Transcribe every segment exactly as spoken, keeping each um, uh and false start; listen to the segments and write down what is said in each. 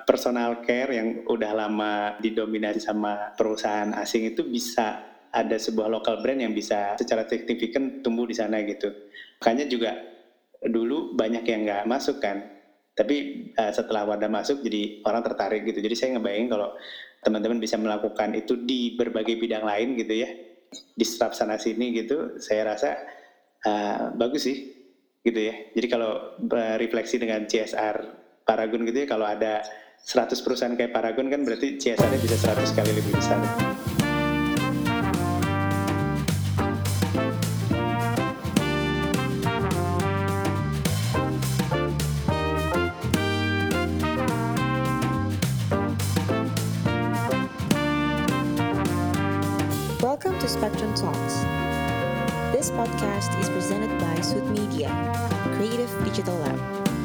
personal care yang udah lama didominasi sama perusahaan asing itu bisa ada sebuah local brand yang bisa secara signifikan tumbuh di sana gitu. Makanya juga dulu banyak yang nggak masuk kan, tapi uh, setelah Wadah masuk jadi orang tertarik gitu. Jadi saya ngebayangin kalau teman-teman bisa melakukan itu di berbagai bidang lain gitu ya, disrupt sana sini gitu, saya rasa uh, bagus sih gitu ya. Jadi kalau refleksi dengan C S R Paragon gitu ya, kalau ada seratus perusahaan kayak Paragon kan berarti C S R-nya bisa seratus kali lebih besar. Welcome to Spectrum Talks. This podcast is presented by Sud Media, Creative Digital Lab.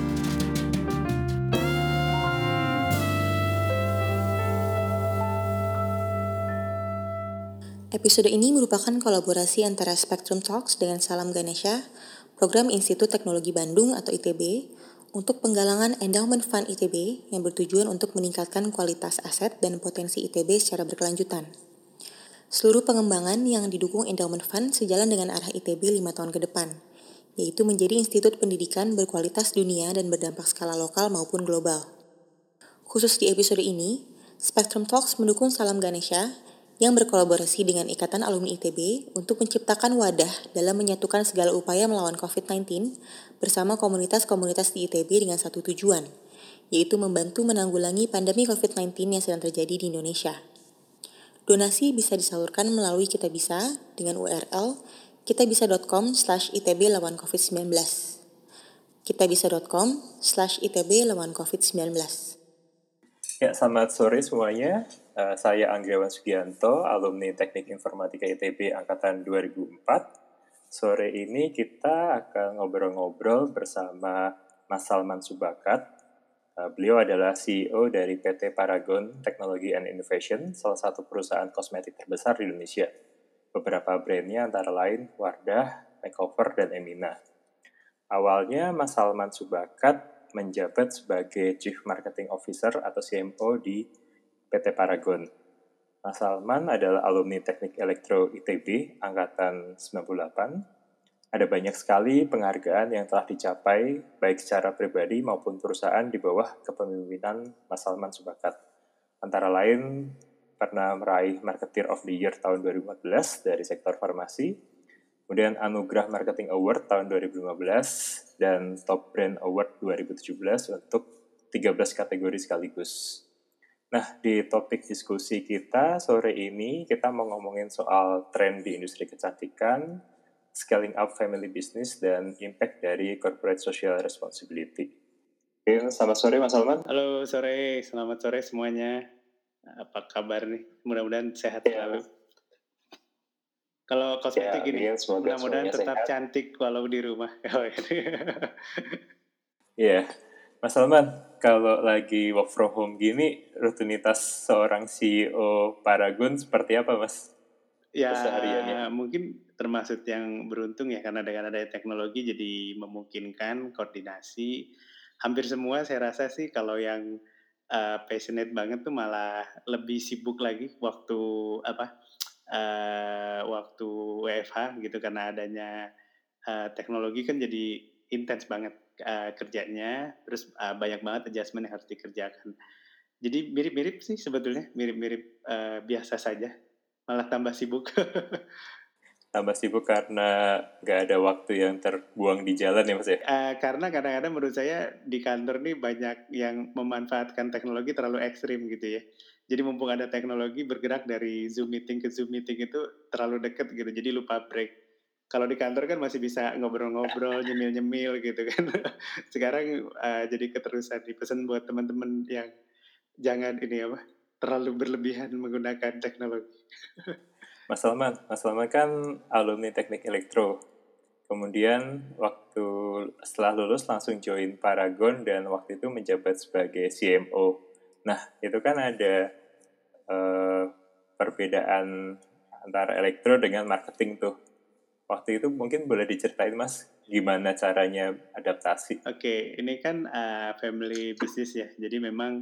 Episode ini merupakan kolaborasi antara Spectrum Talks dengan Salam Ganesha, program Institut Teknologi Bandung atau I T B, untuk penggalangan Endowment Fund I T B yang bertujuan untuk meningkatkan kualitas aset dan potensi I T B secara berkelanjutan. Seluruh pengembangan yang didukung Endowment Fund sejalan dengan arah I T B lima tahun ke depan, yaitu menjadi institut pendidikan berkualitas dunia dan berdampak skala lokal maupun global. Khusus di episode ini, Spectrum Talks mendukung Salam Ganesha yang berkolaborasi dengan Ikatan Alumni I T B untuk menciptakan wadah dalam menyatukan segala upaya melawan covid sembilan belas bersama komunitas-komunitas di I T B dengan satu tujuan, yaitu membantu menanggulangi pandemi covid sembilan belas yang sedang terjadi di Indonesia. Donasi bisa disalurkan melalui Kitabisa dengan U R L kitabisa.com slash itb lawan covid sembilan belas. kitabisa.com slash itb lawan covid sembilan belas. Ya, selamat sore semuanya. Uh, saya Anggawan Sugianto, alumni Teknik Informatika I T B Angkatan dua ribu empat. Sore ini kita akan ngobrol-ngobrol bersama Mas Salman Subakat. Uh, beliau adalah C E O dari P T Paragon Technology and Innovation, salah satu perusahaan kosmetik terbesar di Indonesia. Beberapa brandnya antara lain Wardah, Makeover, dan Emina. Awalnya Mas Salman Subakat menjabat sebagai Chief Marketing Officer atau C M O di P T Paragon. Mas Salman adalah alumni Teknik Elektro I T B Angkatan sembilan puluh delapan. Ada banyak sekali penghargaan yang telah dicapai baik secara pribadi maupun perusahaan di bawah kepemimpinan Mas Salman Subakat. Antara lain pernah meraih Marketeer of the Year tahun dua ribu empat belas dari sektor farmasi, kemudian Anugerah Marketing Award tahun dua ribu lima belas, dan Top Brand Award dua ribu tujuh belas untuk tiga belas kategori sekaligus. Nah, di topik diskusi kita sore ini, kita mau ngomongin soal tren di industri kecantikan, scaling up family business, dan impact dari corporate social responsibility. Oke, selamat sore Mas Salman. Halo sore, selamat sore semuanya. Apa kabar nih? Mudah-mudahan sehat ya. selalu. Kalau kosmetik ya, gini, Amin, mudah-mudahan tetap sehat. Cantik walau di rumah. Iya, Mas Salman, kalau lagi work from home gini, rutinitas seorang C E O Paragon seperti apa, Mas? Ya, mungkin termasuk yang beruntung ya, karena dengan adanya teknologi jadi memungkinkan koordinasi. Hampir semua saya rasa sih kalau yang uh, passionate banget tuh malah lebih sibuk lagi waktu apa? Uh, waktu W F H gitu, karena adanya uh, teknologi kan jadi intens banget uh, kerjanya, terus uh, banyak banget adjustment yang harus dikerjakan. Jadi mirip-mirip sih sebetulnya, mirip-mirip uh, biasa saja, malah tambah sibuk. Tambah sibuk karena nggak ada waktu yang terbuang di jalan ya Mas ya? Uh, karena kadang-kadang menurut saya di kantor nih banyak yang memanfaatkan teknologi terlalu ekstrim gitu ya. Jadi mumpung ada teknologi, bergerak dari Zoom meeting ke Zoom meeting itu terlalu dekat gitu, jadi lupa break. Kalau di kantor kan masih bisa ngobrol-ngobrol, nyemil-nyemil gitu kan. Sekarang uh, jadi keterusan, dipesan buat teman-teman yang jangan ini apa, terlalu berlebihan menggunakan teknologi. Mas Salman, Mas Salman kan alumni Teknik Elektro. Kemudian waktu setelah lulus langsung join Paragon dan waktu itu menjabat sebagai C M O. Nah, itu kan ada uh, perbedaan antara elektro dengan marketing tuh. Waktu itu mungkin boleh diceritain Mas, gimana caranya adaptasi? Oke, okay, ini kan uh, family business ya, jadi memang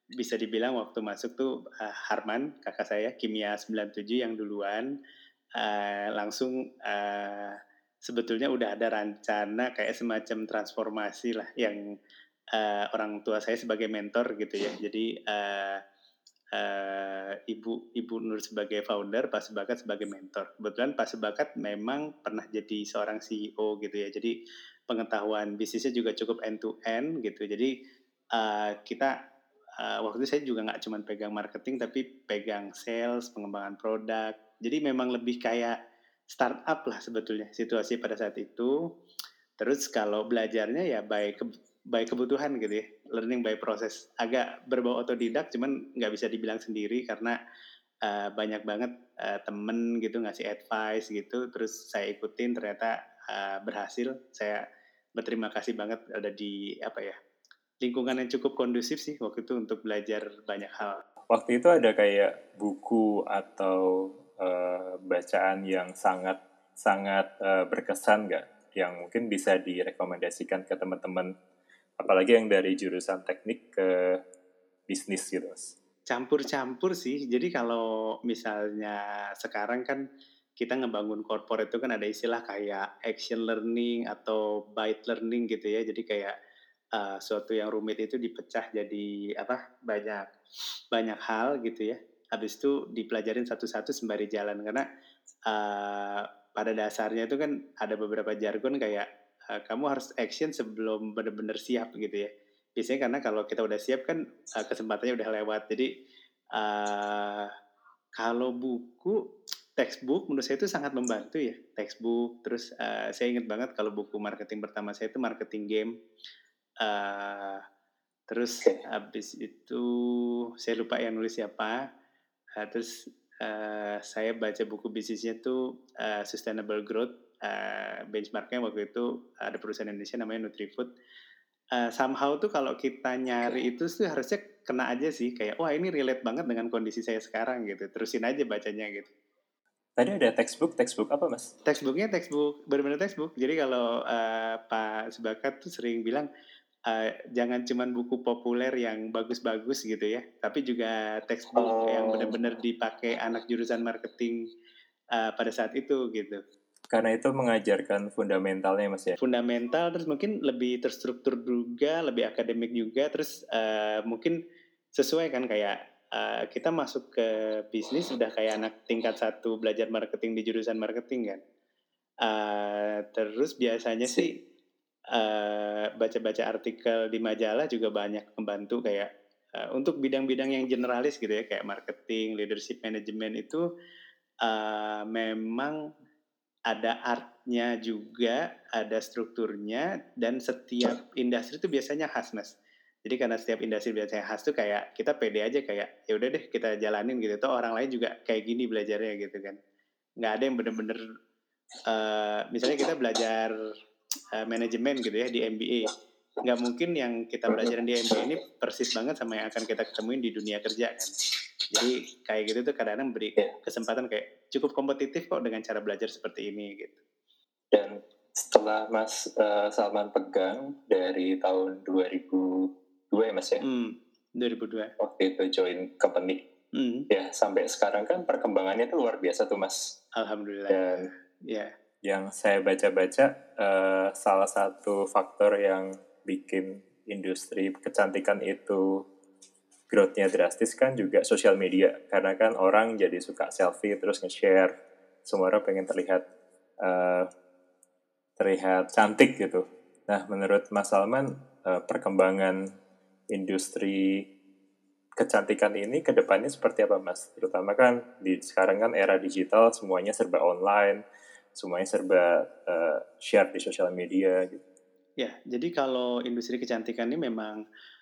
bisa dibilang waktu masuk tuh uh, Harman, kakak saya, kimia sembilan tujuh yang duluan, uh, langsung uh, sebetulnya udah ada rencana kayak semacam transformasi lah yang uh, orang tua saya sebagai mentor gitu ya. Jadi uh, uh, ibu ibu Nur sebagai founder, Pak Sebakat sebagai mentor. Kebetulan Pak Sebakat memang pernah jadi seorang C E O gitu ya. Jadi pengetahuan bisnisnya juga cukup end to end gitu. Jadi uh, kita uh, waktu itu saya juga nggak cuma pegang marketing tapi pegang sales, pengembangan produk. Jadi memang lebih kayak startup lah sebetulnya situasi pada saat itu. Terus kalau belajarnya ya by ke, by kebutuhan gitu ya, learning by proses. Agak berbau otodidak, cuman nggak bisa dibilang sendiri karena uh, banyak banget uh, temen gitu ngasih advice gitu. Terus saya ikutin ternyata uh, berhasil. Saya berterima kasih banget ada di apa ya lingkungan yang cukup kondusif sih waktu itu untuk belajar banyak hal. Waktu itu ada kayak buku atau uh, bacaan yang sangat sangat uh, berkesan nggak? Yang mungkin bisa direkomendasikan ke teman-teman, apalagi yang dari jurusan teknik ke bisnis gitu. Campur-campur sih. Jadi kalau misalnya sekarang kan kita ngebangun corporate itu kan ada istilah kayak action learning atau bite learning gitu ya. Jadi kayak uh, suatu yang rumit itu dipecah jadi apa banyak banyak hal gitu ya. Habis itu dipelajarin satu-satu sembari jalan karena uh, pada dasarnya itu kan ada beberapa jargon kayak uh, kamu harus action sebelum benar-benar siap gitu ya. Biasanya karena kalau kita udah siap kan uh, kesempatannya udah lewat. Jadi uh, kalau buku textbook menurut saya itu sangat membantu ya. Textbook terus uh, saya ingat banget kalau buku marketing pertama saya itu marketing game. Uh, terus habis itu saya lupa yang nulis siapa. Uh, terus uh, saya baca buku bisnisnya tuh uh, Sustainable Growth. Uh, benchmarknya waktu itu ada perusahaan Indonesia namanya Nutrifood. Uh, somehow tuh kalau kita nyari itu tuh harusnya kena aja sih kayak wah ini relate banget dengan kondisi saya sekarang gitu. Terusin aja bacanya gitu. Tadi ada textbook, textbook apa mas? Textbooknya textbook, benar-benar textbook. Jadi kalau uh, Pak Sebakat tuh sering bilang uh, jangan cuman buku populer yang bagus-bagus gitu ya, tapi juga textbook oh. yang benar-benar dipakai anak jurusan marketing uh, pada saat itu gitu. Karena itu mengajarkan fundamentalnya mas ya? Fundamental, terus mungkin lebih terstruktur juga, lebih akademik juga, terus uh, mungkin sesuai kan kayak uh, kita masuk ke bisnis udah kayak anak tingkat satu belajar marketing di jurusan marketing kan. Uh, terus biasanya sih uh, baca-baca artikel di majalah juga banyak membantu kayak uh, untuk bidang-bidang yang generalis gitu ya kayak marketing, leadership management itu uh, memang ada artnya juga, ada strukturnya, dan setiap industri itu biasanya khas mas. Jadi karena setiap industri biasanya khas tuh kayak kita pede aja kayak ya udah deh kita jalanin gitu. Tuh orang lain juga kayak gini belajarnya gitu kan. Nggak ada yang bener-bener uh, misalnya kita belajar uh, manajemen gitu ya di M B A. Nggak mungkin yang kita pelajarin di M B A ini persis banget sama yang akan kita ketemuin di dunia kerja kan. Jadi kayak gitu tuh kadang-kadang beri kesempatan kayak cukup kompetitif kok dengan cara belajar seperti ini gitu. Dan setelah Mas uh, Salman pegang dari tahun dua ribu dua ya Mas ya? Hmm, dua ribu dua. Waktu itu join company. Hmm. Ya sampai sekarang kan perkembangannya tuh luar biasa tuh Mas. Alhamdulillah. Dan ya. Yang saya baca-baca uh, salah satu faktor yang bikin industri kecantikan itu growth-nya drastis kan juga sosial media. Karena kan orang jadi suka selfie terus nge-share. Semua orang pengen terlihat uh, terlihat cantik gitu. Nah, menurut Mas Salman, uh, perkembangan industri kecantikan ini ke depannya seperti apa, Mas? Terutama kan di sekarang kan era digital, semuanya serba online, semuanya serba uh, share di sosial media gitu. Ya, jadi kalau industri kecantikan ini memang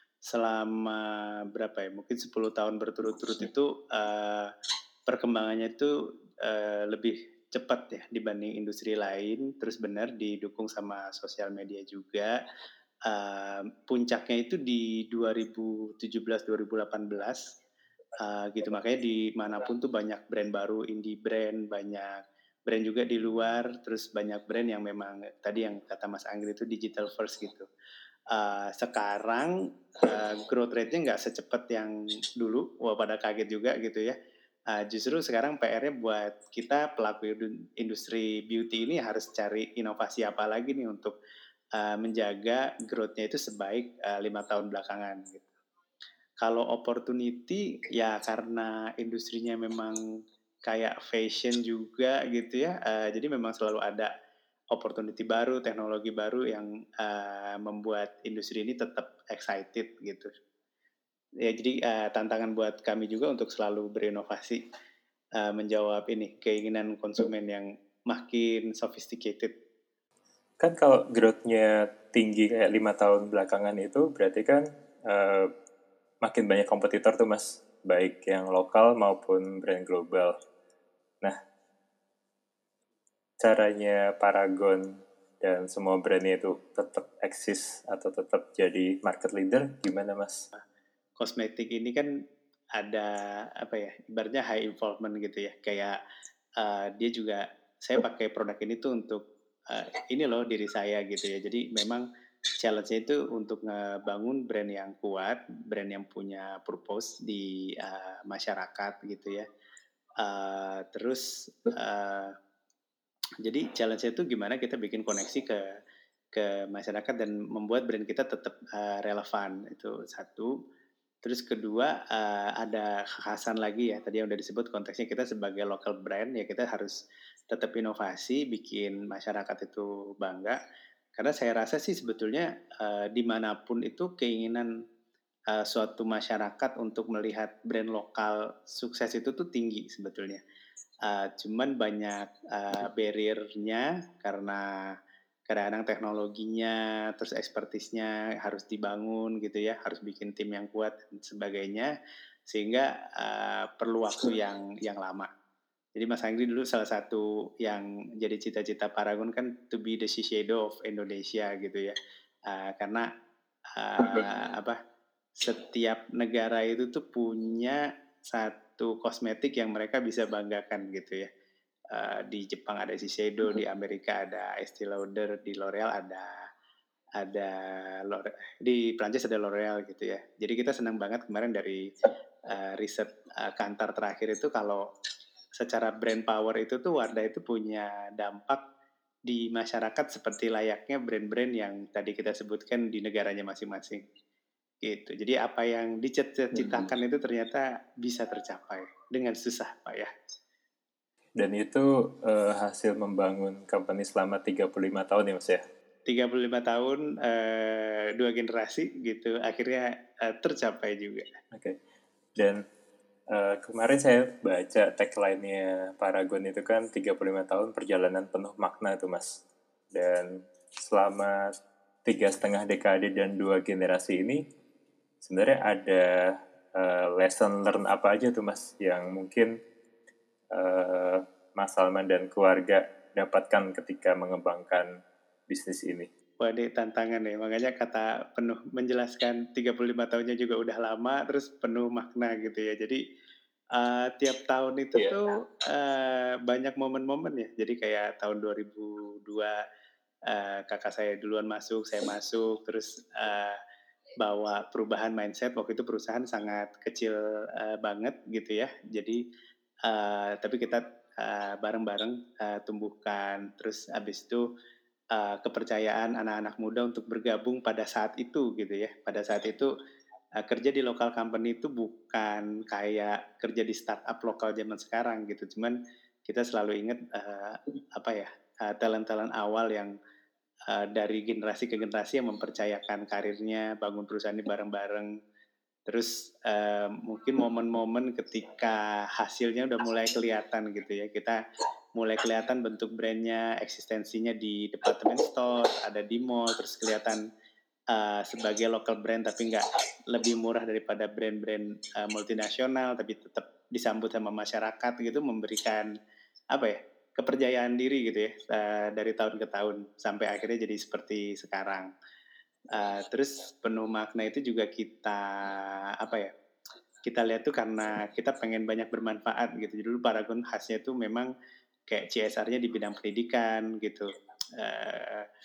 selama berapa ya mungkin sepuluh tahun berturut-turut itu uh, perkembangannya itu uh, lebih cepat ya dibanding industri lain. Terus benar didukung sama sosial media juga. Uh, puncaknya itu di dua ribu tujuh belas dua ribu delapan belas uh, gitu, makanya dimanapun tuh banyak brand baru, indie brand, banyak brand juga di luar, terus banyak brand yang memang tadi yang kata Mas Anggri itu digital first gitu. Uh, sekarang uh, growth rate-nya nggak secepat yang dulu, wah pada kaget juga gitu ya. Uh, justru sekarang P R-nya buat kita pelaku industri beauty ini harus cari inovasi apa lagi nih untuk uh, menjaga growth-nya itu sebaik uh, lima tahun belakangan gitu. Kalau opportunity ya karena industrinya memang kayak fashion juga gitu ya, uh, jadi memang selalu ada opportunity baru, teknologi baru yang uh, membuat industri ini tetap excited gitu. Ya jadi uh, tantangan buat kami juga untuk selalu berinovasi, uh, menjawab ini keinginan konsumen yang makin sophisticated. Kan kalau growth-nya tinggi kayak lima tahun belakangan itu berarti kan uh, makin banyak kompetitor tuh Mas, baik yang lokal maupun brand global. Nah, caranya Paragon dan semua brandnya itu tetap eksis atau tetap jadi market leader gimana Mas? Kosmetik ini kan ada apa ya, ibaratnya high involvement gitu ya, kayak uh, dia juga saya pakai produk ini tuh untuk uh, ini loh diri saya gitu ya. Jadi memang challenge-nya itu untuk ngebangun brand yang kuat, brand yang punya purpose di uh, masyarakat gitu ya. Uh, terus uh, jadi challenge-nya itu gimana kita bikin koneksi ke ke masyarakat dan membuat brand kita tetap uh, relevan, itu satu. Terus kedua uh, ada kekhasan lagi ya, tadi yang udah disebut konteksnya kita sebagai local brand ya kita harus tetap inovasi, bikin masyarakat itu bangga. Karena saya rasa sih sebetulnya uh, dimanapun itu keinginan uh, suatu masyarakat untuk melihat brand lokal sukses itu tuh tinggi sebetulnya. Uh, cuman banyak uh, barrier-nya karena kadang-kadang teknologinya, terus expertise-nya harus dibangun gitu ya, harus bikin tim yang kuat dan sebagainya, sehingga uh, perlu waktu yang yang lama. Jadi Mas Anggi dulu salah satu yang jadi cita-cita Paragon kan to be the Shiseido of Indonesia gitu ya, uh, karena uh, apa setiap negara itu tuh punya satu kosmetik yang mereka bisa banggakan gitu ya. Uh, di Jepang ada Shiseido, di Amerika ada Estee Lauder, di L'Oreal ada ada L'Oreal, di Prancis ada L'Oreal gitu ya. Jadi kita senang banget kemarin dari uh, riset uh, Kantar terakhir itu kalau secara brand power itu tuh Wardah itu punya dampak di masyarakat seperti layaknya brand-brand yang tadi kita sebutkan di negaranya masing-masing. Gitu. Jadi apa yang dicita-citakan itu ternyata bisa tercapai dengan susah, Pak ya. Dan itu uh, hasil membangun company selama tiga puluh lima tahun ya Mas ya? tiga puluh lima tahun, uh, dua generasi gitu, akhirnya uh, tercapai juga. Oke. Okay. Dan uh, kemarin saya baca tagline-nya Paragon itu kan tiga puluh lima tahun perjalanan penuh makna itu Mas. Dan selama tiga setengah dekade dan dua generasi ini sebenarnya ada uh, lesson learn apa aja tuh Mas yang mungkin uh, Mas Salman dan keluarga dapatkan ketika mengembangkan bisnis ini? Wah ini tantangan ya, makanya kata penuh menjelaskan tiga puluh lima tahunnya juga udah lama, terus penuh makna gitu ya. Jadi uh, tiap tahun itu yeah. tuh uh, banyak momen-momen ya. Jadi kayak tahun dua ribu dua uh, kakak saya duluan masuk, saya masuk, terus uh, bawa perubahan mindset. Waktu itu perusahaan sangat kecil uh, banget gitu ya. Jadi uh, tapi kita uh, bareng-bareng uh, tumbuhkan. Terus abis itu Uh, kepercayaan anak-anak muda untuk bergabung pada saat itu gitu ya. Pada saat itu uh, kerja di local company itu bukan kayak kerja di startup lokal zaman sekarang gitu. Cuman kita selalu ingat uh, apa ya uh, talent-talent awal yang uh, dari generasi ke generasi yang mempercayakan karirnya, bangun perusahaan ini bareng-bareng. Terus uh, mungkin momen-momen ketika hasilnya udah mulai kelihatan gitu ya. Kita mulai kelihatan bentuk brandnya, eksistensinya di department store, ada di mall, terus kelihatan uh, sebagai local brand tapi nggak lebih murah daripada brand-brand uh, multinasional, tapi tetap disambut sama masyarakat gitu, memberikan apa ya kepercayaan diri gitu ya uh, dari tahun ke tahun sampai akhirnya jadi seperti sekarang. Uh, terus penuh makna itu juga kita apa ya? Kita lihat tuh karena kita pengen banyak bermanfaat gitu. Jadi dulu Paragon khasnya tuh memang kayak C S R-nya di bidang pendidikan gitu. Uh,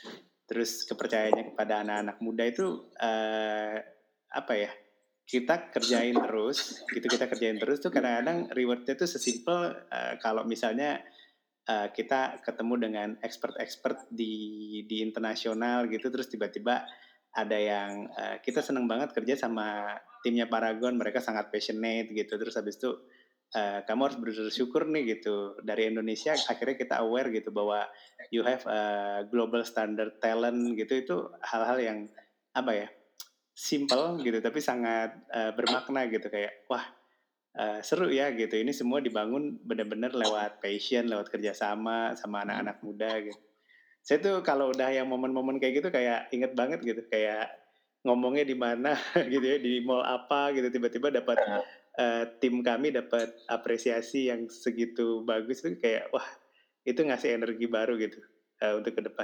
terus kepercayaannya kepada anak-anak muda itu uh, apa ya? Kita kerjain terus, gitu kita kerjain terus tuh kadang-kadang rewardnya tuh sesimpel uh, kalau misalnya uh, kita ketemu dengan expert-expert di di internasional gitu, terus tiba-tiba ada yang uh, kita seneng banget kerja sama timnya Paragon, mereka sangat passionate gitu, terus habis itu uh, kamu harus bersyukur nih gitu dari Indonesia akhirnya kita aware gitu bahwa you have a global standard talent gitu, itu hal-hal yang apa ya? Simple gitu tapi sangat uh, bermakna gitu kayak wah uh, seru ya gitu ini semua dibangun benar-benar lewat passion lewat kerjasama sama anak-anak muda gitu. Saya tuh kalau udah yang momen-momen kayak gitu kayak inget banget gitu kayak ngomongnya di mana gitu ya di mall apa gitu tiba-tiba dapat uh, tim kami dapat apresiasi yang segitu bagus tuh kayak wah itu ngasih energi baru gitu uh, untuk ke depan.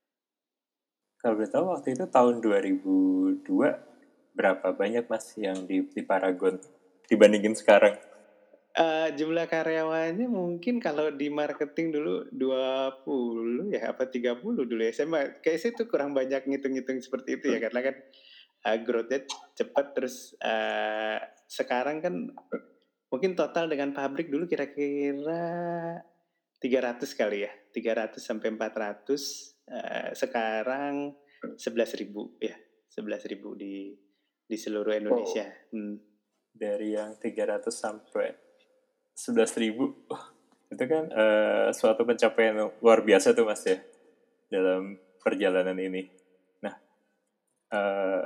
Kalau boleh tahu waktu itu tahun dua ribu dua berapa banyak Mas yang di, di Paragon dibandingin sekarang? Uh, jumlah karyawannya mungkin kalau di marketing dulu dua puluh ya apa tiga puluh dulu ya. Saya mah- kayak saya tuh kurang banyak ngitung-ngitung seperti itu ya karena kan uh, growth-nya cepat terus uh, sekarang kan mungkin total dengan pabrik dulu kira-kira tiga ratus kali ya. tiga ratus sampai empat ratus uh, sekarang sebelas ribu ya. sebelas ribu di di seluruh Indonesia. Hmm. Dari yang tiga ratus sampai sebelas ribu, oh, itu kan uh, suatu pencapaian luar biasa tuh Mas ya dalam perjalanan ini. Nah, uh,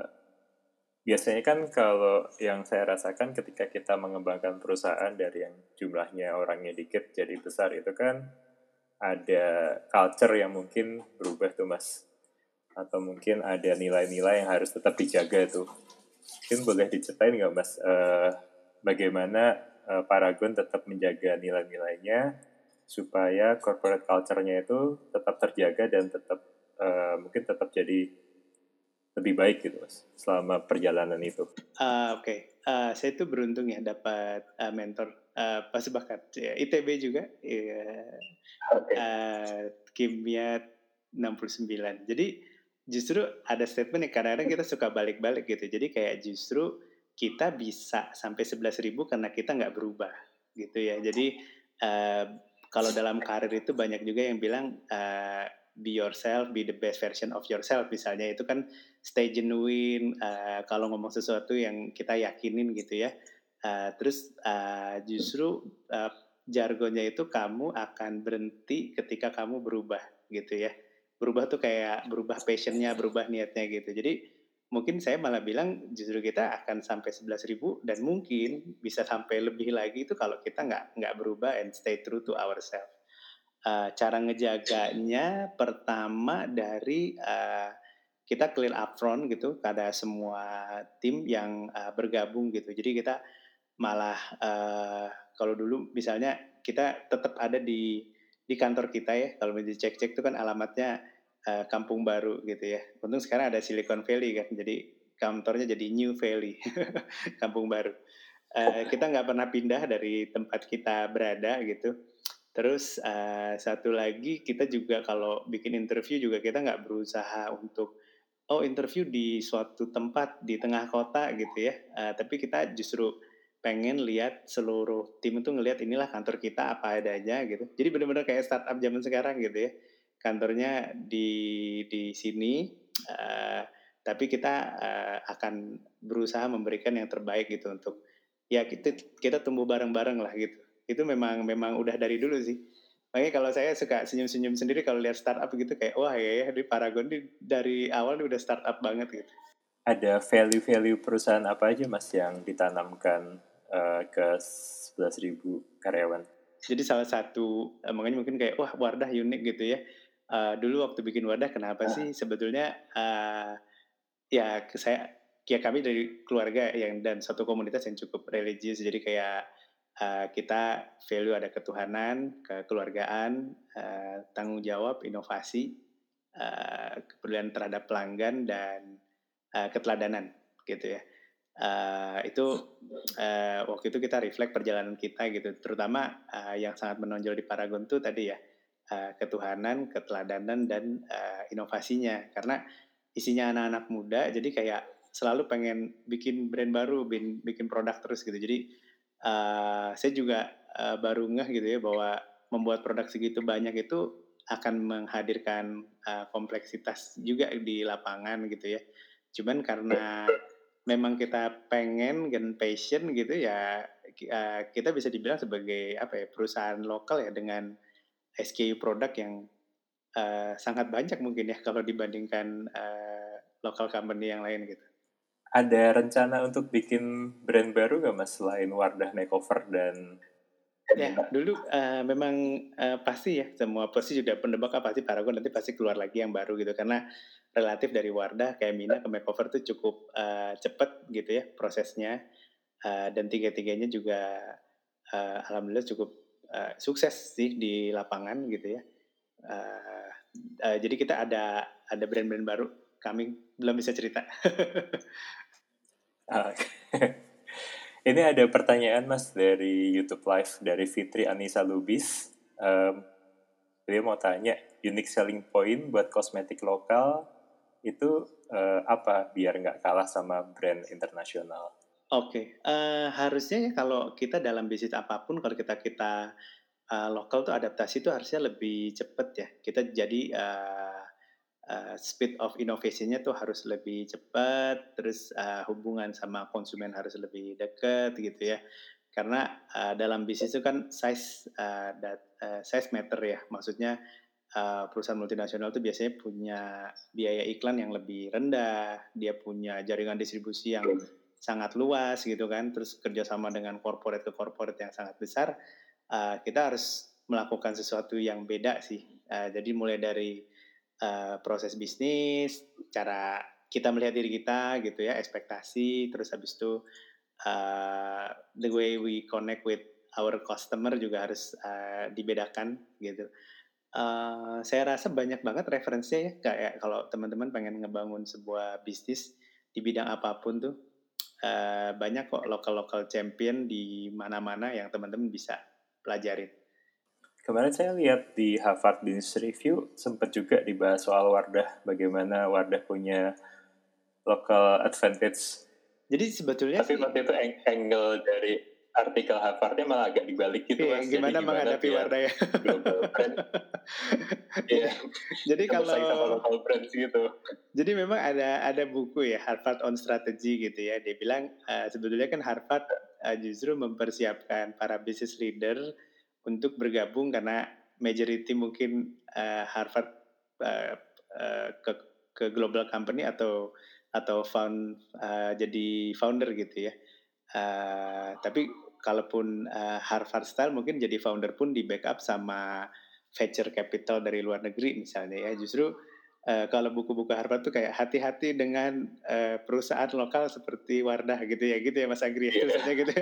biasanya kan kalau yang saya rasakan ketika kita mengembangkan perusahaan dari yang jumlahnya orangnya dikit jadi besar itu kan ada culture yang mungkin berubah tuh Mas. Atau mungkin ada nilai-nilai yang harus tetap dijaga tuh. Mungkin boleh diceritain nggak Mas uh, bagaimana uh, Paragon tetap menjaga nilai-nilainya supaya corporate culture-nya itu tetap terjaga dan tetap uh, mungkin tetap jadi lebih baik gitu Mas selama perjalanan itu. Uh, Oke, okay. uh, saya tuh beruntung ya dapat uh, mentor uh, pas bakat ya, I T B juga, ya, Okay. uh, kimia enam puluh sembilan. Jadi justru ada statement yang kadang-kadang kita suka balik-balik gitu. Jadi kayak justru kita bisa sampai sebelas ribu karena kita nggak berubah gitu ya. Jadi uh, kalau dalam karir itu banyak juga yang bilang uh, be yourself, be the best version of yourself misalnya itu kan stay genuine, uh, kalau ngomong sesuatu yang kita yakinin gitu ya. Uh, terus uh, justru uh, jargonnya itu kamu akan berhenti ketika kamu berubah gitu ya. Berubah tuh kayak berubah passionnya, berubah niatnya gitu. Jadi mungkin saya malah bilang justru kita akan sampai sebelas ribu dan mungkin bisa sampai lebih lagi itu kalau kita nggak nggak berubah and stay true to ourselves. Uh, cara ngejaganya pertama dari uh, kita clear upfront gitu pada semua tim yang uh, bergabung gitu. Jadi kita malah uh, kalau dulu misalnya kita tetap ada di di kantor kita ya. Kalau mau dicek-cek itu kan alamatnya uh, Kampung Baru gitu ya. Untung sekarang ada Silicon Valley kan. Jadi kantornya jadi New Valley, Kampung Baru. Uh, kita nggak pernah pindah dari tempat kita berada gitu. Terus uh, satu lagi kita juga kalau bikin interview juga kita nggak berusaha untuk oh interview di suatu tempat di tengah kota gitu ya, uh, tapi kita justru pengen lihat seluruh tim itu ngelihat inilah kantor kita apa adanya gitu. Jadi benar-benar kayak startup zaman sekarang gitu ya. Kantornya di di sini, uh, tapi kita uh, akan berusaha memberikan yang terbaik gitu untuk ya kita kita tumbuh bareng-bareng lah gitu. Itu memang memang udah dari dulu sih. Makanya kalau saya suka senyum-senyum sendiri kalau lihat startup gitu kayak wah ya ya di Paragon di, dari awal udah startup banget gitu. Ada value-value perusahaan apa aja Mas yang ditanamkan uh, ke sebelas ribu karyawan? Jadi salah satu makanya mungkin kayak wah Wardah unik gitu ya. Uh, dulu waktu bikin Wardah kenapa sih sebetulnya uh, ya saya ya kami dari keluarga yang dan satu komunitas yang cukup religius jadi kayak uh, kita value ada ketuhanan, kekeluargaan, uh, tanggung jawab, inovasi, uh, kepedulian terhadap pelanggan dan uh, keteladanan gitu ya. Uh, itu uh, waktu itu kita reflect perjalanan kita gitu, terutama uh, yang sangat menonjol di Paragon tuh tadi ya uh, ketuhanan, keteladanan, dan uh, inovasinya. Karena isinya anak-anak muda, jadi kayak selalu pengen bikin brand baru, bikin, bikin produk terus gitu. Jadi uh, saya juga uh, baru ngeh gitu ya bahwa membuat produk segitu banyak itu akan menghadirkan uh, kompleksitas juga di lapangan gitu ya. Cuman karena memang kita pengen dan passion gitu ya, uh, kita bisa dibilang sebagai apa ya, perusahaan lokal ya dengan S K U produk yang uh, sangat banyak mungkin ya kalau dibandingkan uh, local company yang lain gitu. Ada rencana untuk bikin brand baru nggak Mas selain Wardah Makeover dan Ya, dulu uh, memang uh, pasti ya, semua pasti sudah pendebak pasti Paragon nanti pasti keluar lagi yang baru gitu, karena relatif dari Wardah kayak Mina ke Makeover tuh cukup uh, cepat gitu ya prosesnya, uh, dan tiga-tiganya juga uh, alhamdulillah cukup uh, sukses sih di lapangan gitu ya. Uh, uh, jadi kita ada ada brand-brand baru, kami belum bisa cerita. uh, ini ada pertanyaan Mas dari YouTube Live dari Fitri Anissa Lubis. Um, dia mau tanya, unique selling point buat kosmetik lokal itu uh, apa biar nggak kalah sama brand internasional? Oke, okay. uh, harusnya ya kalau kita dalam bisnis apapun, kalau kita kita uh, lokal tuh adaptasi tuh harusnya lebih cepat ya. Kita jadi uh, uh, speed of innovation-nya tuh harus lebih cepat, terus uh, hubungan sama konsumen harus lebih dekat gitu ya. Karena uh, dalam bisnis itu kan size uh, that, uh, size matter ya. Maksudnya uh, perusahaan multinasional itu biasanya punya biaya iklan yang lebih rendah, dia punya jaringan distribusi yang sangat luas gitu kan, terus kerjasama dengan corporate ke corporate yang sangat besar. Uh, kita harus melakukan sesuatu yang beda sih. Uh, jadi mulai dari uh, proses bisnis, cara kita melihat diri kita gitu ya, ekspektasi, terus habis itu uh, the way we connect with our customer juga harus uh, dibedakan gitu. Uh, saya rasa banyak banget referensinya ya, kayak kalau teman-teman pengen ngebangun sebuah bisnis di bidang apapun tuh, uh, banyak kok lokal-lokal champion di mana-mana yang teman-teman bisa pelajarin. Kemarin saya lihat di Harvard Business Review sempat juga dibahas soal Wardah, bagaimana Wardah punya local advantage. Jadi sebetulnya tapi waktu itu angle dari artikel Harvardnya malah agak dibalik gitu iya, Mas. gimana, Jadi menghadapi Wardah ya? Global brand. Iya. Jadi kalau sama local brand gitu. Jadi memang ada ada buku ya, Harvard on Strategy gitu ya. Dia bilang uh, sebetulnya kan Harvard uh, justru mempersiapkan para business leader untuk bergabung karena majority mungkin uh, Harvard uh, uh, ke ke global company atau atau found uh, jadi founder gitu ya. Uh, tapi kalaupun uh, Harvard style mungkin jadi founder pun di backup sama venture capital dari luar negeri misalnya ya. Justru Uh, kalau buku-buku Harvard tuh kayak hati-hati dengan uh, perusahaan lokal seperti Wardah gitu ya, gitu ya Mas Agri, yeah. Tulisannya gitu.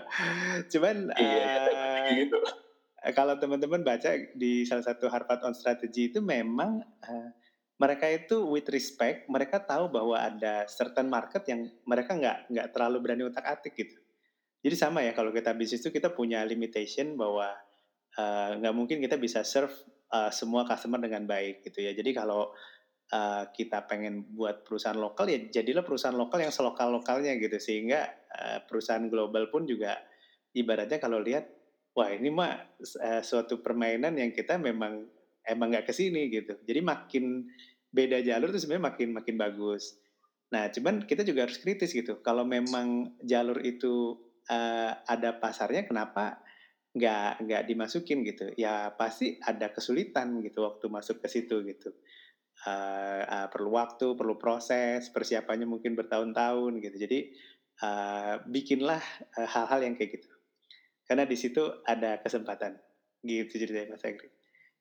Cuman uh, gitu. Kalau teman-teman baca di salah satu Harvard on Strategy itu memang uh, mereka itu with respect, mereka tahu bahwa ada certain market yang mereka nggak nggak terlalu berani utak-atik gitu. Jadi sama ya kalau kita bisnis itu kita punya limitation bahwa nggak uh, mungkin kita bisa serve uh, semua customer dengan baik gitu ya. Jadi kalau uh, kita pengen buat perusahaan lokal ya jadilah perusahaan lokal yang selokal-lokalnya gitu, sehingga uh, perusahaan global pun juga ibaratnya kalau lihat wah ini mah uh, suatu permainan yang kita memang emang nggak kesini gitu. Jadi makin beda jalur tuh sebenarnya makin makin bagus. Nah cuman kita juga harus kritis gitu. Kalau memang jalur itu uh, ada pasarnya, kenapa nggak nggak dimasukin gitu? Ya pasti ada kesulitan gitu waktu masuk ke situ gitu. Uh, uh, perlu waktu, perlu proses, persiapannya mungkin bertahun-tahun gitu. Jadi uh, bikinlah uh, hal-hal yang kayak gitu. Karena di situ ada kesempatan. Gitu ceritanya Mas Agri.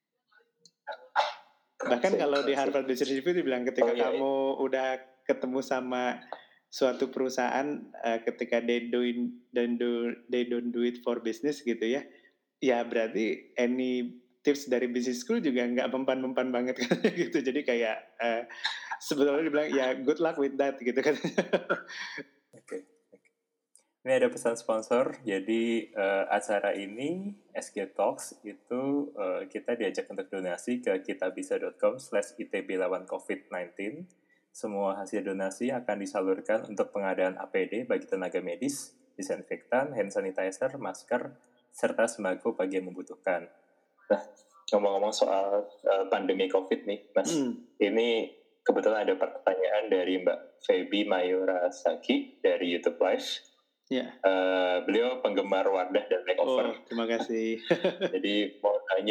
Bahkan kalau di Harvard Business Review dibilang ketika oh, iya, kamu iya. udah ketemu sama suatu perusahaan uh, ketika they doing don't do they don't do it for business gitu ya. Ya berarti any tips dari business school juga nggak mempan-mempan banget kan gitu. Jadi kayak uh, sebetulnya dibilang ya good luck with that gitu kan. Oke. Okay. Ini ada pesan sponsor, jadi uh, acara ini, S G Talks, itu uh, kita diajak untuk donasi ke kitabisa.com slash itb lawan covid sembilan belas. Semua hasil donasi akan disalurkan untuk pengadaan A P D bagi tenaga medis, disinfektan, hand sanitizer, masker, serta sembako bagi yang membutuhkan. Nah, ngomong-ngomong soal uh, pandemi COVID nih, Mas, hmm. ini kebetulan ada pertanyaan dari Mbak Feby Mayura Saki dari YouTube Live. Ya. Uh, beliau penggemar Wardah dan Makeover. Oh, terima kasih. Jadi mau tanya,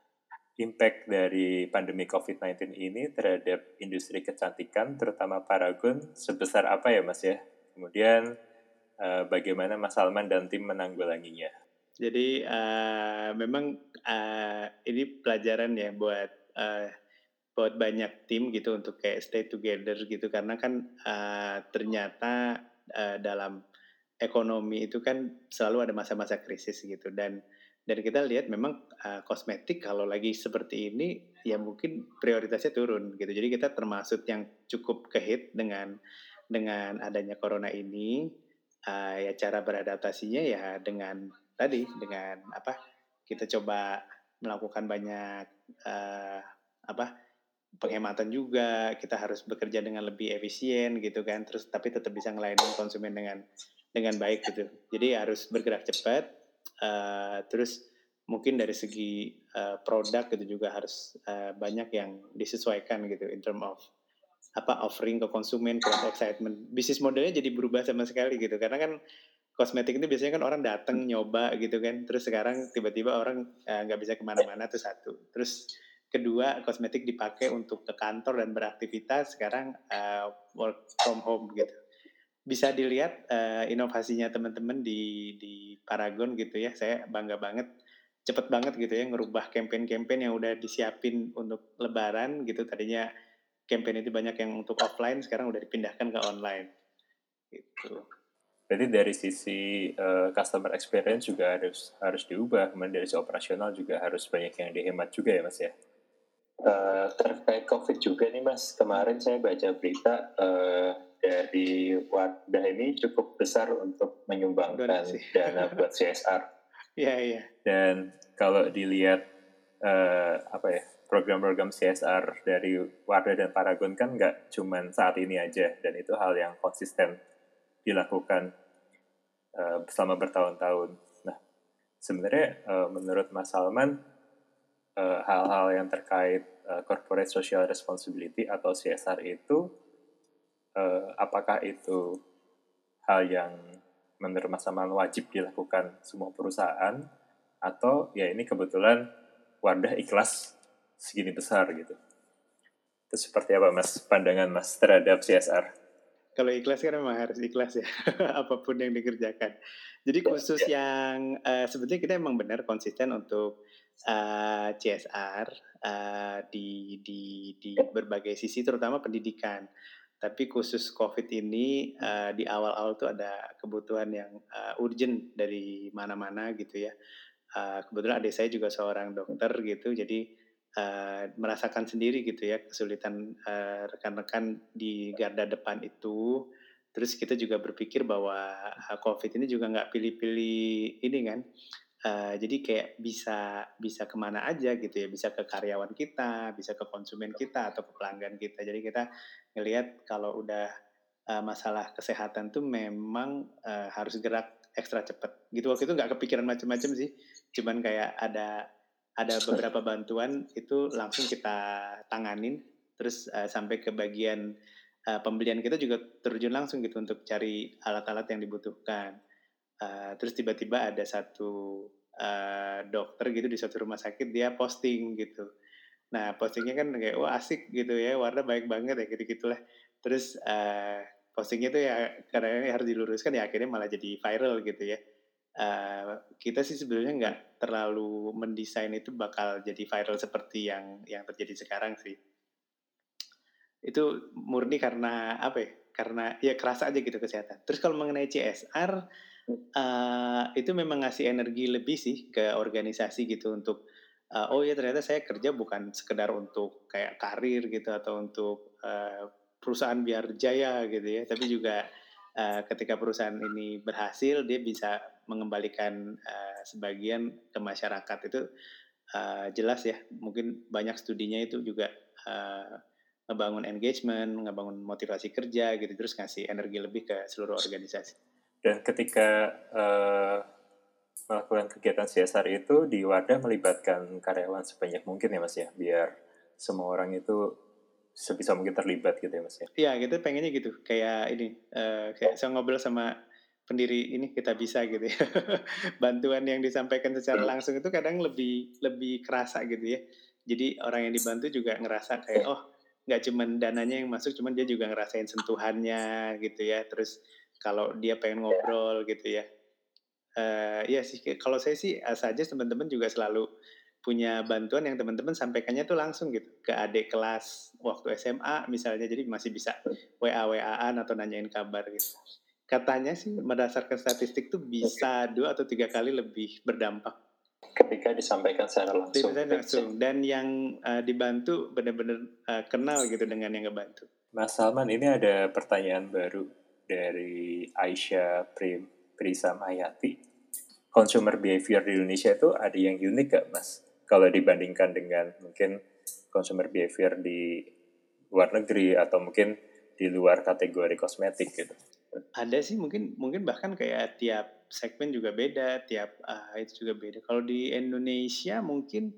impact dari pandemi covid sembilan belas ini terhadap industri kecantikan, terutama Paragon, sebesar apa ya Mas ya? Kemudian uh, bagaimana Mas Salman dan tim menanggulanginya? Jadi uh, memang uh, ini pelajaran ya buat uh, buat banyak tim gitu untuk kayak stay together gitu, karena kan uh, ternyata uh, dalam ekonomi itu kan selalu ada masa-masa krisis gitu, dan dan kita lihat memang uh, kosmetik kalau lagi seperti ini ya mungkin prioritasnya turun gitu. Jadi kita termasuk yang cukup kehit dengan dengan adanya corona ini. Uh, ya cara beradaptasinya ya dengan tadi dengan apa kita coba melakukan banyak uh, apa penghematan juga, kita harus bekerja dengan lebih efisien gitu kan, terus tapi tetap bisa ngelayanin konsumen dengan dengan baik gitu. Jadi harus bergerak cepat, uh, terus mungkin dari segi uh, produk itu juga harus uh, banyak yang disesuaikan gitu in term of apa offering ke konsumen, create excitement. Bisnis modelnya jadi berubah sama sekali gitu, karena kan kosmetik itu biasanya kan orang datang nyoba gitu kan, terus sekarang tiba-tiba orang nggak uh, bisa kemana-mana, itu satu. Terus kedua, kosmetik dipakai untuk ke kantor dan beraktivitas, sekarang uh, work from home gitu. Bisa dilihat uh, inovasinya teman-teman di di Paragon gitu ya, saya bangga banget, cepet banget gitu ya ngerubah campaign-campaign yang udah disiapin untuk Lebaran gitu. Tadinya campaign itu banyak yang untuk offline, sekarang udah dipindahkan ke online gitu. Berarti dari sisi uh, customer experience juga harus harus diubah, kemudian dari sisi operasional juga harus banyak yang dihemat juga ya Mas ya. Uh, terkait COVID juga nih Mas, kemarin saya baca berita uh, dari Wardah ini cukup besar untuk menyumbangkan dana buat C S R. Iya, iya. Dan kalau dilihat uh, apa ya program-program C S R dari Wardah dan Paragon kan nggak cuman saat ini aja, dan itu hal yang konsisten dilakukan uh, selama bertahun-tahun. Nah, sebenarnya uh, menurut Mas Salman, uh, hal-hal yang terkait uh, corporate social responsibility atau C S R itu, uh, apakah itu hal yang menurut Mas Salman wajib dilakukan semua perusahaan, atau ya ini kebetulan Wardah ikhlas segini besar gitu? Itu seperti apa Mas pandangan Mas terhadap C S R? Kalau ikhlas kan memang harus ikhlas ya, apapun yang dikerjakan. Jadi khusus yeah. yang uh, sebetulnya kita memang benar konsisten untuk uh, C S R uh, di di di berbagai sisi, terutama pendidikan. Tapi khusus COVID ini uh, di awal-awal tuh ada kebutuhan yang uh, urgent dari mana-mana gitu ya. Uh, kebetulan adik saya juga seorang dokter gitu, jadi Uh, merasakan sendiri gitu ya kesulitan uh, rekan-rekan di garda depan itu. Terus kita juga berpikir bahwa uh, COVID ini juga nggak pilih-pilih ini kan, uh, jadi kayak bisa bisa kemana aja gitu ya, bisa ke karyawan kita, bisa ke konsumen kita atau ke pelanggan kita. Jadi kita ngelihat kalau udah uh, masalah kesehatan tuh memang uh, harus gerak ekstra cepat gitu. Waktu itu nggak kepikiran macam-macam sih, cuman kayak ada ada beberapa bantuan itu langsung kita tanganin, terus uh, sampai ke bagian uh, pembelian kita juga terjun langsung gitu untuk cari alat-alat yang dibutuhkan. Uh, terus tiba-tiba ada satu uh, dokter gitu di suatu rumah sakit, dia posting gitu. Nah postingnya kan kayak wah asik gitu ya, Wardah baik banget ya gitu-gitulah. Terus uh, postingnya tuh ya karena harus diluruskan ya akhirnya malah jadi viral gitu ya. Uh, kita sih sebenarnya nggak terlalu mendesain itu bakal jadi viral seperti yang yang terjadi sekarang sih. Itu murni karena apa ya? Karena ya kerasa aja gitu kesehatan. Terus kalau mengenai C S R, uh, itu memang ngasih energi lebih sih ke organisasi gitu untuk uh, oh ya ternyata saya kerja bukan sekedar untuk kayak karir gitu atau untuk uh, perusahaan biar jaya gitu ya, tapi juga uh, ketika perusahaan ini berhasil, dia bisa mengembalikan uh, sebagian ke masyarakat. Itu uh, jelas ya, mungkin banyak studinya itu juga uh, ngebangun engagement, ngebangun motivasi kerja gitu, terus ngasih energi lebih ke seluruh organisasi. Dan ketika uh, melakukan kegiatan C S R itu di wadah melibatkan karyawan sebanyak mungkin ya Mas ya, biar semua orang itu sebisa mungkin terlibat gitu ya Mas ya. Iya, gitu pengennya gitu. Kayak ini, uh, kayak saya ngobrol sama pendiri ini Kita Bisa gitu ya. Bantuan yang disampaikan secara langsung itu kadang lebih lebih kerasa gitu ya. Jadi orang yang dibantu juga ngerasa kayak oh nggak cuman dananya yang masuk, cuman dia juga ngerasain sentuhannya gitu ya. Terus kalau dia pengen ngobrol gitu ya. Uh, iya sih, kalau saya sih as aja teman-teman juga selalu punya bantuan yang teman-teman sampaikannya tuh langsung gitu ke adik kelas waktu S M A misalnya, jadi masih bisa W A W A-an atau nanyain kabar gitu. Katanya sih berdasarkan statistik tuh bisa dua atau tiga kali lebih berdampak ketika disampaikan secara langsung. langsung dan yang uh, dibantu benar-benar uh, kenal gitu dengan yang ngebantu. Mas Salman, ini ada pertanyaan baru dari Aisyah Prim Prisam Hayati. Consumer behavior di Indonesia itu ada yang unik gak Mas? Kalau dibandingkan dengan mungkin consumer behavior di luar negeri atau mungkin di luar kategori kosmetik gitu. Ada sih, mungkin mungkin bahkan kayak tiap segmen juga beda, tiap uh, itu juga beda. Kalau di Indonesia mungkin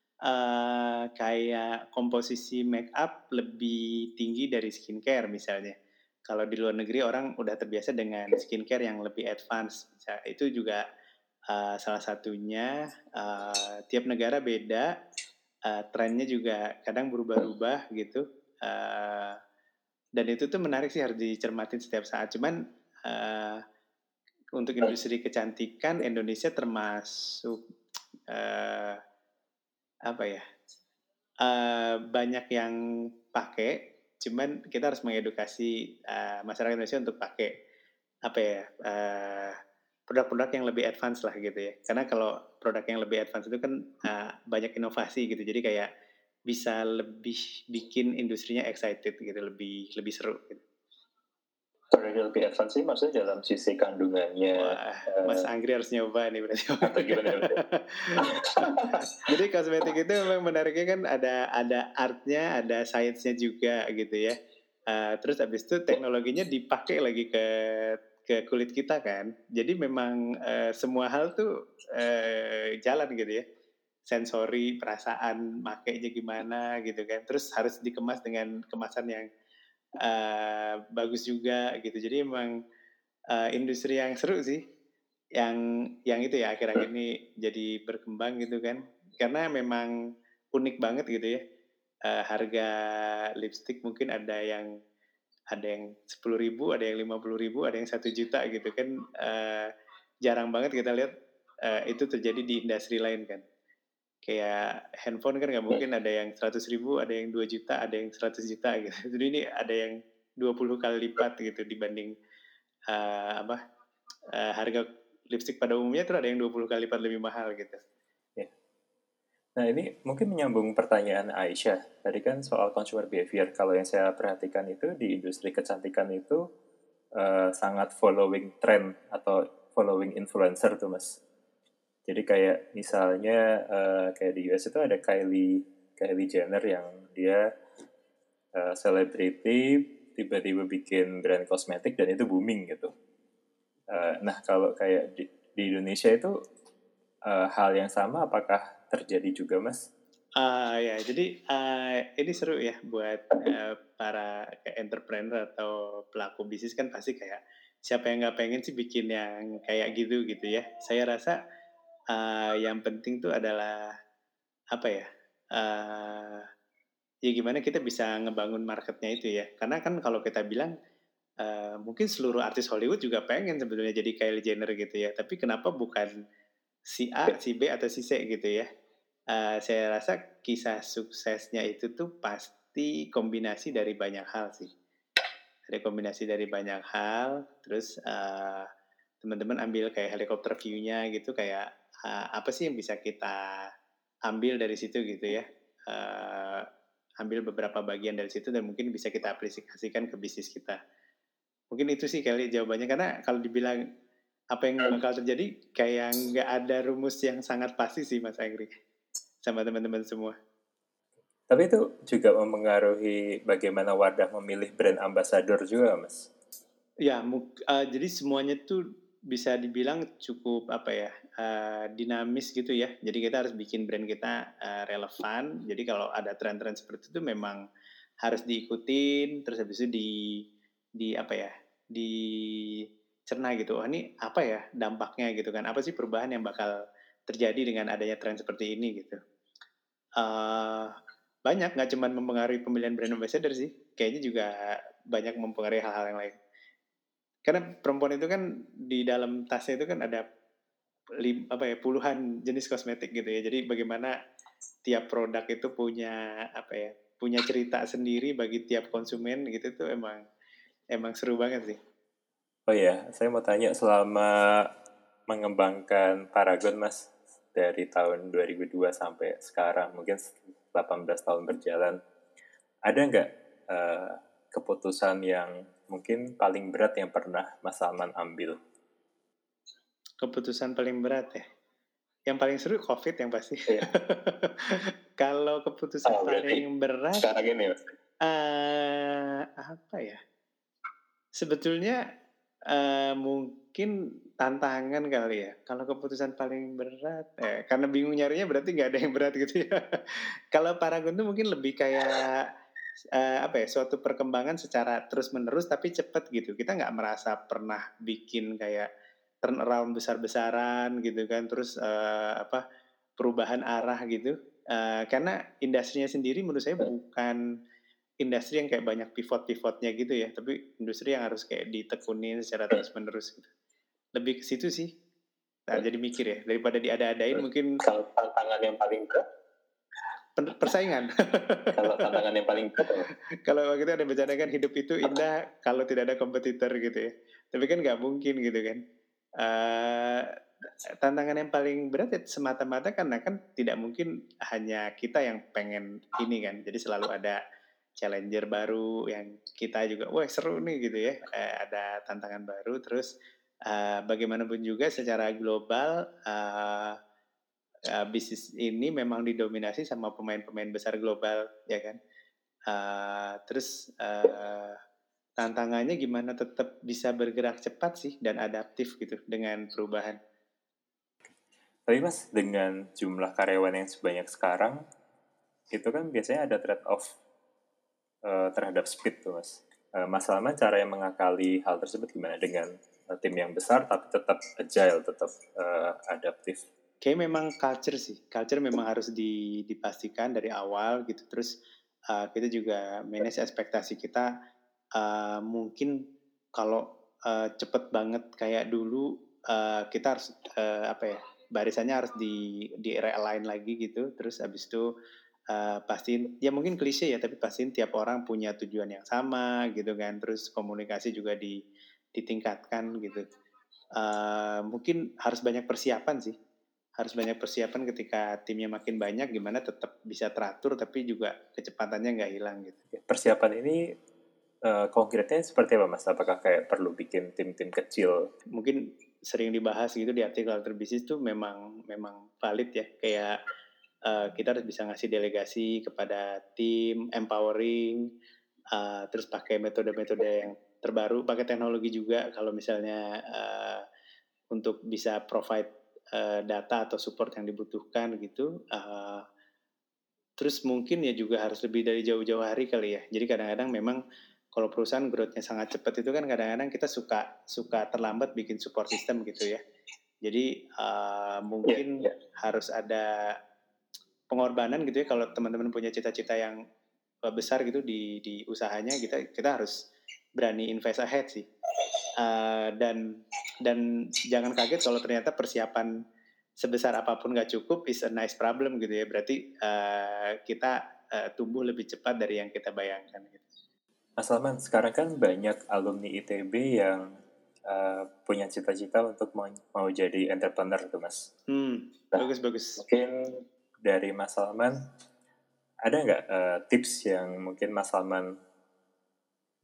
uh, kayak komposisi make up lebih tinggi dari skincare misalnya. Kalau di luar negeri orang udah terbiasa dengan skincare yang lebih advance. Itu juga uh, salah satunya. Uh, tiap negara beda, uh, trennya juga kadang berubah-ubah gitu. Uh, dan itu tuh menarik sih, harus dicermatin setiap saat. Cuman uh, untuk industri kecantikan Indonesia termasuk uh, apa ya, uh, banyak yang pakai. Cuman kita harus mengedukasi uh, masyarakat Indonesia untuk pakai apa ya, uh, produk-produk yang lebih advance lah gitu ya. Karena kalau produk yang lebih advance itu kan uh, banyak inovasi gitu. Jadi kayak bisa lebih bikin industrinya excited gitu, lebih lebih seru gitu. Produk yang lebih advance sih maksudnya dalam sisi kandungannya. Wah, uh, Mas Anggri harus nyoba nih berarti. Atau gimana? Jadi kosmetik itu memang menariknya kan ada ada artnya, ada science-nya juga gitu ya. Uh, terus abis itu teknologinya dipakai lagi ke ke kulit kita kan. Jadi memang uh, semua hal tuh uh, jalan gitu ya. Sensori, perasaan, makainya gimana gitu kan. Terus harus dikemas dengan kemasan yang uh, bagus juga gitu. Jadi emang uh, industri yang seru sih. Yang yang itu ya akhir-akhir ini jadi berkembang gitu kan. Karena memang unik banget gitu ya. Uh, harga lipstick mungkin ada yang ada yang sepuluh ribu, ada yang lima puluh ribu, ada yang satu juta gitu kan. Uh, jarang banget kita lihat uh, itu terjadi di industri lain kan. Kayak handphone kan nggak mungkin ada yang seratus ribu, ada yang dua juta, ada yang seratus juta gitu. Jadi ini ada yang dua puluh kali lipat gitu dibanding uh, apa uh, harga lipstick pada umumnya itu ada yang dua puluh kali lipat lebih mahal gitu. Ya. Nah ini mungkin menyambung pertanyaan Aisyah. Tadi kan soal consumer behavior. Kalau yang saya perhatikan itu di industri kecantikan itu uh, sangat following trend atau following influencer tuh Mas. Jadi kayak misalnya uh, kayak di U S itu ada Kylie Kylie Jenner yang dia selebriti uh, tiba-tiba bikin brand kosmetik dan itu booming gitu. Uh, nah kalau kayak di, di Indonesia itu uh, hal yang sama apakah terjadi juga Mas? Uh, ya jadi uh, ini seru ya buat uh, para entrepreneur atau pelaku bisnis kan pasti kayak siapa yang nggak pengen sih bikin yang kayak gitu gitu ya. Saya rasa uh, yang penting tuh adalah apa ya, uh, ya gimana kita bisa ngebangun marketnya itu ya. Karena kan kalau kita bilang uh, mungkin seluruh artis Hollywood juga pengen sebetulnya jadi Kylie Jenner gitu ya. Tapi kenapa bukan si A, si B atau si C gitu ya? Uh, saya rasa kisah suksesnya itu tuh pasti kombinasi dari banyak hal sih. Ada kombinasi dari banyak hal. Terus uh, teman-teman ambil kayak helikopter view-nya gitu, kayak uh, apa sih yang bisa kita ambil dari situ gitu ya. Uh, ambil beberapa bagian dari situ dan mungkin bisa kita aplikasikan ke bisnis kita. Mungkin itu sih kali jawabannya, karena kalau dibilang apa yang bakal terjadi kayak nggak ada rumus yang sangat pasti sih Mas Angri sama teman-teman semua. Tapi itu juga mempengaruhi bagaimana Wardah memilih brand ambassador juga, Mas? Ya, uh, jadi semuanya tuh bisa dibilang cukup apa ya, uh, dinamis gitu ya. Jadi kita harus bikin brand kita uh, relevan. Jadi kalau ada tren-tren seperti itu memang harus diikutin. Terus habis itu di di apa ya, dicerna gitu. Oh ini apa ya dampaknya gitu kan? Apa sih perubahan yang bakal terjadi dengan adanya tren seperti ini gitu? Uh, banyak, nggak cuma mempengaruhi pemilihan brand ambassador sih, kayaknya juga banyak mempengaruhi hal-hal yang lain. Karena perempuan itu kan di dalam tasnya itu kan ada lim, apa ya puluhan jenis kosmetik gitu ya. Jadi bagaimana tiap produk itu punya apa ya punya cerita sendiri bagi tiap konsumen gitu tuh emang emang seru banget sih. Oh iya, saya mau tanya selama mengembangkan Paragon Mas dari tahun dua ribu dua sampai sekarang mungkin delapan belas tahun berjalan, ada nggak uh, keputusan yang mungkin paling berat yang pernah Mas Salman ambil? Keputusan paling berat ya? Yang paling seru COVID yang pasti. Iya. Kalau keputusan oh, paling berat sekarang ini uh, apa ya? Sebetulnya uh, mungkin tantangan kali ya. Kalau keputusan paling berat, eh, karena bingung nyarinya berarti nggak ada yang berat gitu ya. Kalau Paragon tuh mungkin lebih kayak uh, apa ya? Suatu perkembangan secara terus menerus tapi cepat gitu. Kita nggak merasa pernah bikin kayak turnaround besar-besaran gitu kan. Terus uh, apa? Perubahan arah gitu. Uh, karena industrinya sendiri menurut saya bukan industri yang kayak banyak pivot-pivotnya gitu ya, tapi industri yang harus kayak ditekunin secara terus-menerus gitu. Lebih ke situ sih. Nah, jadi mikir ya, daripada diada-adain mungkin kalau tantangan yang paling berat persaingan. Kalau tantangan yang paling berat kalau waktu itu ada bercanda kan hidup itu indah kalau tidak ada kompetitor gitu ya. Tapi kan nggak mungkin gitu kan. Uh, tantangan yang paling berat ya semata-mata karena kan tidak mungkin hanya kita yang pengen ini kan. Jadi selalu ada challenger baru yang kita juga wah seru nih gitu ya, eh, ada tantangan baru. Terus uh, bagaimanapun juga secara global uh, uh, bisnis ini memang didominasi sama pemain-pemain besar global ya kan. Uh, terus uh, tantangannya gimana tetap bisa bergerak cepat sih dan adaptif gitu dengan perubahan. Tapi Mas, dengan jumlah karyawan yang sebanyak sekarang, itu kan biasanya ada trade-off uh, terhadap speed tuh Mas. Uh, Mas Salman cara yang mengakali hal tersebut gimana dengan uh, tim yang besar tapi tetap agile, tetap uh, adaptif? Kayak memang culture sih, culture memang harus dipastikan dari awal gitu. Terus uh, kita juga manage ekspektasi kita. Uh, mungkin kalau uh, cepet banget kayak dulu uh, kita harus uh, apa ya barisannya harus di di realign lagi gitu. Terus abis itu uh, pastiin ya mungkin klise ya tapi pastiin tiap orang punya tujuan yang sama gitu kan. Terus komunikasi juga di ditingkatkan gitu. Uh, mungkin harus banyak persiapan sih. Harus banyak persiapan ketika timnya makin banyak gimana tetap bisa teratur tapi juga kecepatannya nggak hilang gitu. Persiapan ini uh, konkretnya seperti apa Mas? Apakah kayak perlu bikin tim-tim kecil? Mungkin sering dibahas gitu di artikel terbisnis tuh memang memang valid ya, kayak uh, kita harus bisa ngasih delegasi kepada tim, empowering, uh, terus pakai metode-metode yang terbaru, pakai teknologi juga kalau misalnya uh, untuk bisa provide uh, data atau support yang dibutuhkan gitu. Uh, terus mungkin ya juga harus lebih dari jauh-jauh hari kali ya. Jadi kadang-kadang memang kalau perusahaan growth-nya sangat cepat itu kan kadang-kadang kita suka suka terlambat bikin support system gitu ya. Jadi uh, mungkin yeah, yeah. harus ada pengorbanan gitu ya kalau teman-teman punya cita-cita yang besar gitu di di usahanya, kita kita harus berani invest ahead sih. Uh, dan dan jangan kaget kalau ternyata persiapan sebesar apapun nggak cukup is a nice problem gitu ya. Berarti uh, kita uh, tumbuh lebih cepat dari yang kita bayangkan gitu. Mas Salman, sekarang kan banyak alumni I T B yang uh, punya cita-cita untuk mau, mau jadi entrepreneur tuh Mas. Hmm, nah, bagus-bagus. Mungkin dari Mas Salman, ada nggak uh, tips yang mungkin Mas Salman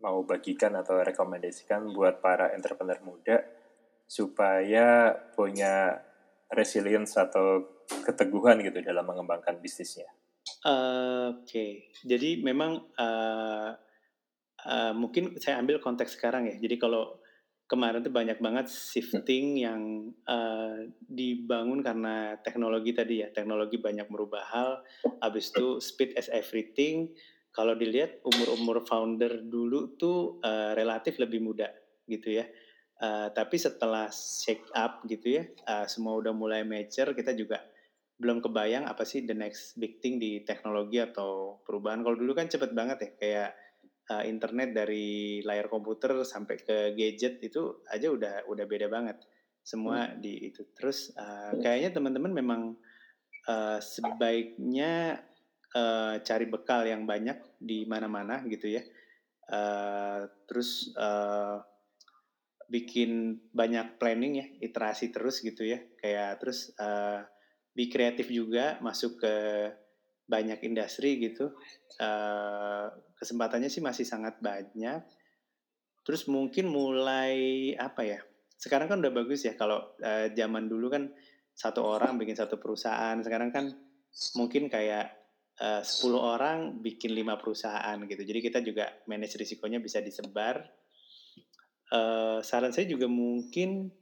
mau bagikan atau rekomendasikan buat para entrepreneur muda supaya punya resilience atau keteguhan gitu dalam mengembangkan bisnisnya? Uh, Oke, okay. Jadi memang uh, uh, mungkin saya ambil konteks sekarang ya. Jadi kalau kemarin tuh banyak banget shifting yang uh, dibangun karena teknologi tadi ya. Teknologi banyak merubah hal. Habis itu speed as everything. Kalau dilihat umur-umur founder dulu tuh uh, relatif lebih muda gitu ya. Uh, tapi setelah shake up gitu ya, uh, semua udah mulai mature, kita juga belum kebayang apa sih the next big thing di teknologi atau perubahan. Kalau dulu kan cepet banget ya, kayak uh, internet dari layar komputer sampai ke gadget itu aja udah udah beda banget semua di itu. Terus uh, kayaknya teman-teman memang uh, sebaiknya uh, cari bekal yang banyak di mana-mana gitu ya. Uh, terus uh, bikin banyak planning ya, iterasi terus gitu ya. Kayak terus uh, be kreatif juga, masuk ke banyak industri gitu. Uh, kesempatannya sih masih sangat banyak. Terus mungkin mulai apa ya? Sekarang kan udah bagus ya, kalau uh, zaman dulu kan satu orang bikin satu perusahaan. Sekarang kan mungkin kayak uh, sepuluh orang bikin lima perusahaan gitu. Jadi kita juga manage risikonya bisa disebar. Uh, saran saya juga mungkin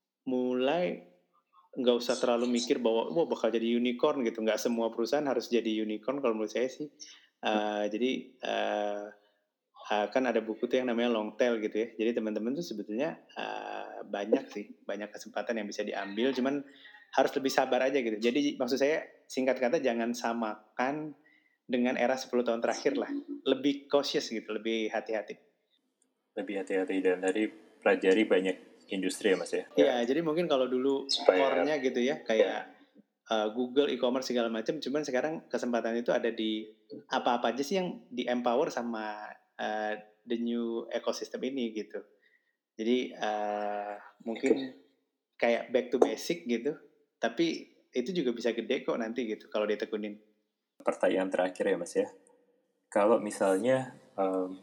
mulai nggak usah terlalu mikir bahwa wah bakal jadi unicorn gitu. Nggak semua perusahaan harus jadi unicorn kalau menurut saya sih. Uh, jadi uh, uh, kan ada buku tuh yang namanya long tail gitu ya. Jadi teman-teman tuh sebetulnya uh, banyak sih, banyak kesempatan yang bisa diambil. Cuman harus lebih sabar aja gitu. Jadi maksud saya singkat kata jangan samakan dengan era sepuluh tahun terakhir lah. Lebih cautious gitu, lebih hati-hati. Lebih hati-hati dan tadi pelajari banyak industri ya Mas ya? Iya, ya. Jadi mungkin kalau dulu core-nya gitu ya, kayak uh, Google, e-commerce segala macam, cuman sekarang kesempatan itu ada di apa-apa aja sih yang di-empower sama uh, the new ecosystem ini gitu. Jadi uh, mungkin kayak back to basic gitu, tapi itu juga bisa gede kok nanti gitu kalau ditekunin. Pertanyaan terakhir ya Mas ya, kalau misalnya um,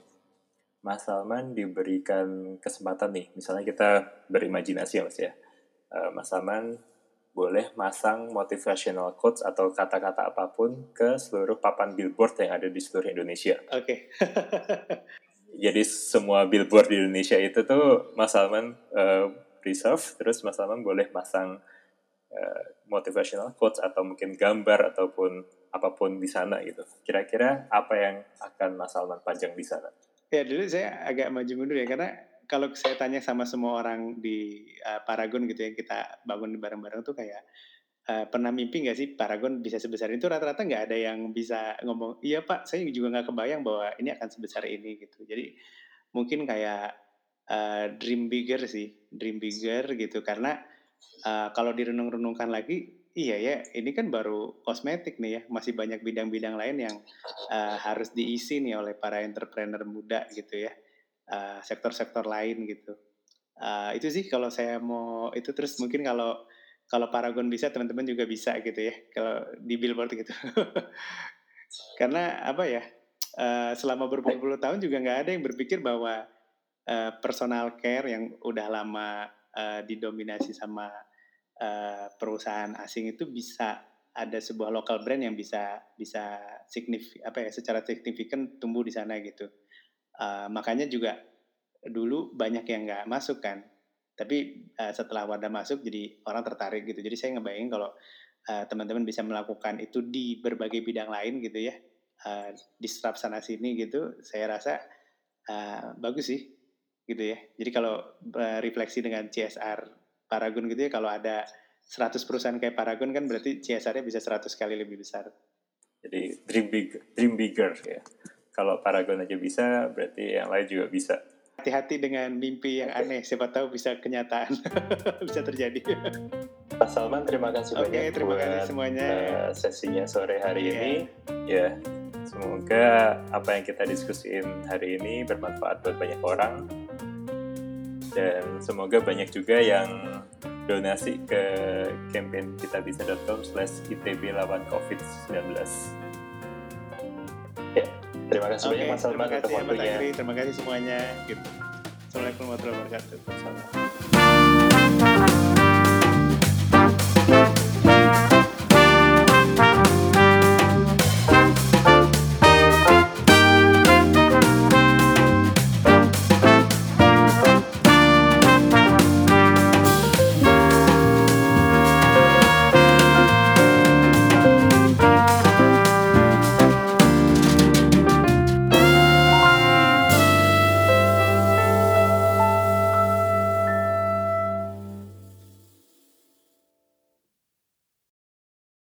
Mas Salman diberikan kesempatan nih, misalnya kita berimajinasi ya Mas ya, uh, Mas Salman boleh masang motivational quotes atau kata-kata apapun ke seluruh papan billboard yang ada di seluruh Indonesia. Oke. Okay. Jadi semua billboard di Indonesia itu tuh Mas Salman uh, reserve, terus Mas Salman boleh masang uh, motivational quotes atau mungkin gambar ataupun apapun di sana gitu. Kira-kira apa yang akan Mas Salman pajang di sana? Ya dulu saya agak maju mundur ya, karena kalau saya tanya sama semua orang di uh, Paragon gitu yang kita bangun bareng-bareng tuh kayak uh, pernah mimpi nggak sih Paragon bisa sebesar itu? Rata-rata nggak ada yang bisa ngomong, iya Pak, saya juga nggak kebayang bahwa ini akan sebesar ini gitu. Jadi mungkin kayak uh, dream bigger sih, dream bigger gitu. Karena uh, kalau direnung-renungkan lagi, iya ya, ini kan baru kosmetik nih ya, masih banyak bidang-bidang lain yang uh, harus diisi nih oleh para entrepreneur muda gitu ya, uh, sektor-sektor lain gitu. Uh, itu sih kalau saya mau itu. Terus mungkin kalau kalau Paragon bisa, teman-teman juga bisa gitu ya, kalau di billboard gitu. Karena apa ya, uh, selama berpuluh-puluh tahun juga nggak ada yang berpikir bahwa uh, personal care yang udah lama uh, didominasi sama Uh, perusahaan asing itu bisa ada sebuah local brand yang bisa bisa signif apa ya secara signifikan tumbuh di sana gitu. Uh, makanya juga dulu banyak yang nggak masuk kan, tapi uh, setelah Wardah masuk jadi orang tertarik gitu. Jadi saya ngebayangin kalau uh, teman-teman bisa melakukan itu di berbagai bidang lain gitu ya, uh, disrupt sana sini gitu. Saya rasa uh, bagus sih gitu ya. Jadi kalau uh, refleksi dengan C S R Paragon gitu ya, kalau ada seratus perusahaan kayak Paragon kan berarti C S R-nya bisa seratus kali lebih besar. Jadi dream big, dream bigger ya. Kalau Paragon aja bisa, berarti yang lain juga bisa. Hati-hati dengan mimpi yang aneh, siapa tahu bisa kenyataan, bisa terjadi. Pak Salman, terima kasih okay, banyak terima buat kasih semuanya. Uh, sesinya sore hari yeah. ini. Ya, semoga apa yang kita diskusiin hari ini bermanfaat buat banyak orang. Dan semoga banyak juga yang donasi ke campaign kitabisa dot com slash I T B lawan covid sembilan belas. Ya, Terima kasih Oke, banyak Mas Salman terima untuk kasih ya, Mas waktunya. Agri, terima kasih semuanya. Gitu. Assalamualaikum warahmatullahi wabarakatuh.